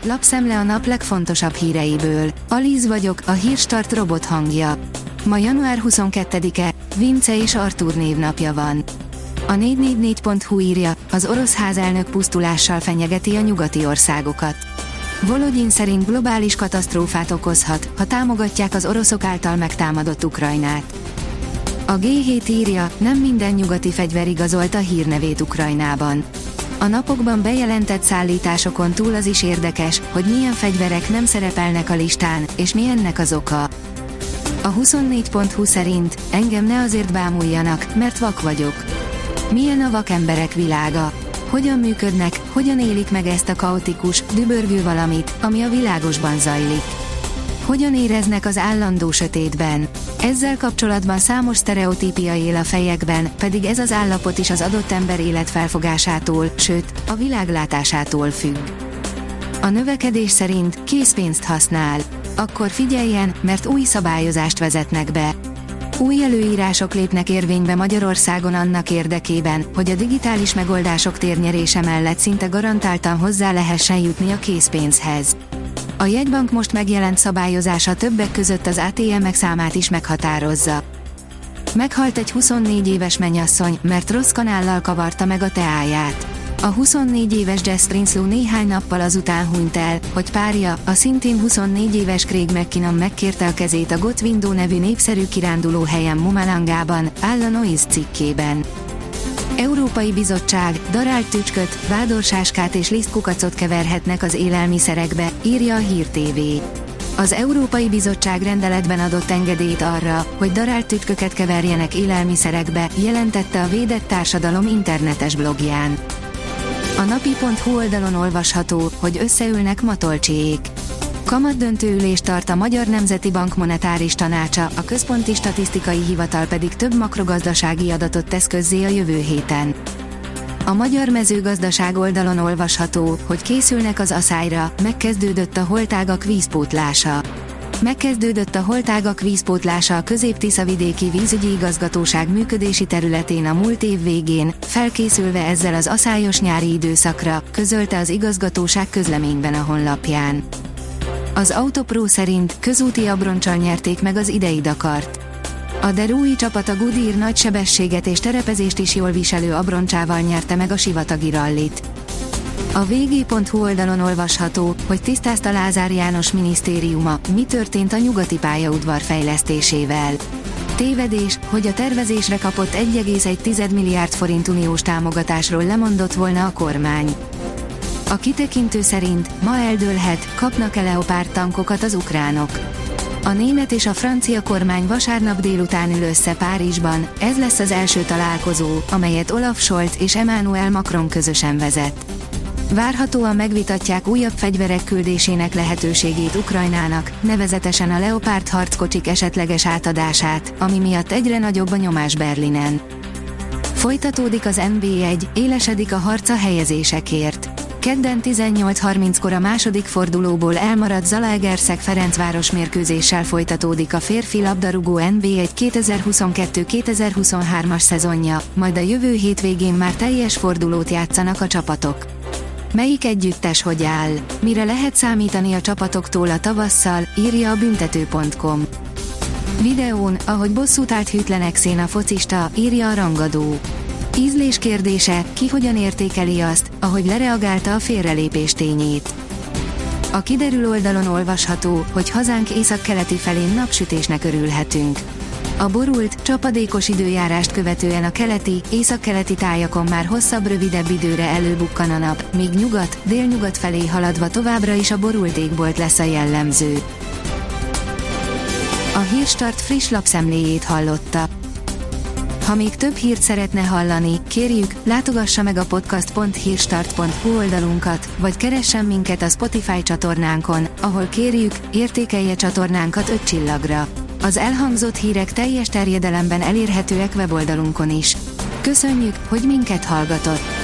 lapszemle a nap legfontosabb híreiből. Alíz vagyok, a Hírstart robot hangja. Ma január 22-e, Vince és Artúr névnapja van. A 444.hu írja, az orosz házelnök pusztulással fenyegeti a nyugati országokat. Volodyin szerint globális katasztrófát okozhat, ha támogatják az oroszok által megtámadott Ukrajnát. A G7 írja, nem minden nyugati fegyver igazolta hírnevét Ukrajnában. A napokban bejelentett szállításokon túl az is érdekes, hogy milyen fegyverek nem szerepelnek a listán, és mi ennek az oka. A 24.hu szerint, engem ne azért bámuljanak, mert vak vagyok. Milyen a vakemberek világa? Hogyan működnek, hogyan élik meg ezt a kaotikus, dübörgő valamit, ami a világosban zajlik? Hogyan éreznek az állandó sötétben? Ezzel kapcsolatban számos sztereotípia él a fejekben, pedig ez az állapot is az adott ember életfelfogásától, sőt, a világlátásától függ. A növekedés szerint készpénzt használ. Akkor figyeljen, mert új szabályozást vezetnek be. Új előírások lépnek érvénybe Magyarországon annak érdekében, hogy a digitális megoldások térnyerése mellett szinte garantáltan hozzá lehessen jutni a készpénzhez. A jegybank most megjelent szabályozása többek között az ATM-ek számát is meghatározza. Meghalt egy 24 éves mennyasszony, mert rossz kanállal kavarta meg a teáját. A 24 éves Jess Prinsloo néhány nappal azután hunyt el, hogy párja, a szintén 24 éves Craig McKinnon megkérte a kezét a Got Window nevű népszerű kirándulóhelyen Mpumalangában, áll a Noise cikkében. Európai Bizottság, darált tücsköt, vádorsáskát és lisztkukacot keverhetnek az élelmiszerekbe, írja a Hír TV. Az Európai Bizottság rendeletben adott engedélyt arra, hogy darált tücsköket keverjenek élelmiszerekbe, jelentette a Védett Társadalom internetes blogján. A napi.hu oldalon olvasható, hogy összeülnek Matolcsiék. Kamatdöntő ülést tart a Magyar Nemzeti Bank monetáris tanácsa, a Központi Statisztikai Hivatal pedig több makrogazdasági adatot tesz közzé a jövő héten. A Magyar Mezőgazdaság oldalon olvasható, hogy készülnek az aszályra, megkezdődött a holtágak vízpótlása. Megkezdődött a holtágak vízpótlása a Közép-Tiszavidéki Vízügyi Igazgatóság működési területén a múlt év végén, felkészülve ezzel az aszályos nyári időszakra, közölte az igazgatóság közleményben a honlapján. Az Autopro szerint közúti abroncsal nyerték meg az idei Dakart. A derúi csapat a Goodyear nagy sebességet és terepezést is jól viselő abroncsával nyerte meg a sivatagi rallit. A vg.hu oldalon olvasható, hogy tisztázta Lázár János minisztériuma, mi történt a nyugati pályaudvar fejlesztésével. Tévedés, hogy a tervezésre kapott 1,1 milliárd forint uniós támogatásról lemondott volna a kormány. A kitekintő szerint ma eldőlhet, kapnak-e Leopard tankokat az ukránok. A német és a francia kormány vasárnap délután ül össze Párizsban, ez lesz az első találkozó, amelyet Olaf Scholz és Emmanuel Macron közösen vezet. Várhatóan megvitatják újabb fegyverek küldésének lehetőségét Ukrajnának, nevezetesen a Leopard harckocsik esetleges átadását, ami miatt egyre nagyobb a nyomás Berlinen. Folytatódik az NB1, élesedik a harc a helyezésekért. Kedden 18:30-kor a második fordulóból elmaradt Zalaegerszeg-Ferencváros mérkőzéssel folytatódik a férfi labdarúgó NB1 2022-2023-as szezonja, majd a jövő hétvégén már teljes fordulót játszanak a csapatok. Melyik együttes hogy áll? Mire lehet számítani a csapatoktól a tavasszal, írja a büntető.com. Videón, ahogy bosszút állt hűtlen exén a focista, írja a rangadó. Ízlés kérdése, ki hogyan értékeli azt, ahogy lereagálta a félrelépés tényét. A kiderül oldalon olvasható, hogy hazánk északkeleti felén napsütésnek örülhetünk. A borult, csapadékos időjárást követően a keleti, északkeleti tájakon már hosszabb, rövidebb időre előbukkan a nap, míg nyugat, délnyugat felé haladva továbbra is a borult égbolt lesz a jellemző. A Hírstart friss lapszemléjét hallotta. Ha még több hírt szeretne hallani, kérjük, látogassa meg a podcast.hírstart.hu oldalunkat, vagy keressen minket a Spotify csatornánkon, ahol kérjük, értékelje csatornánkat 5 csillagra. Az elhangzott hírek teljes terjedelemben elérhetőek weboldalunkon is. Köszönjük, hogy minket hallgatott!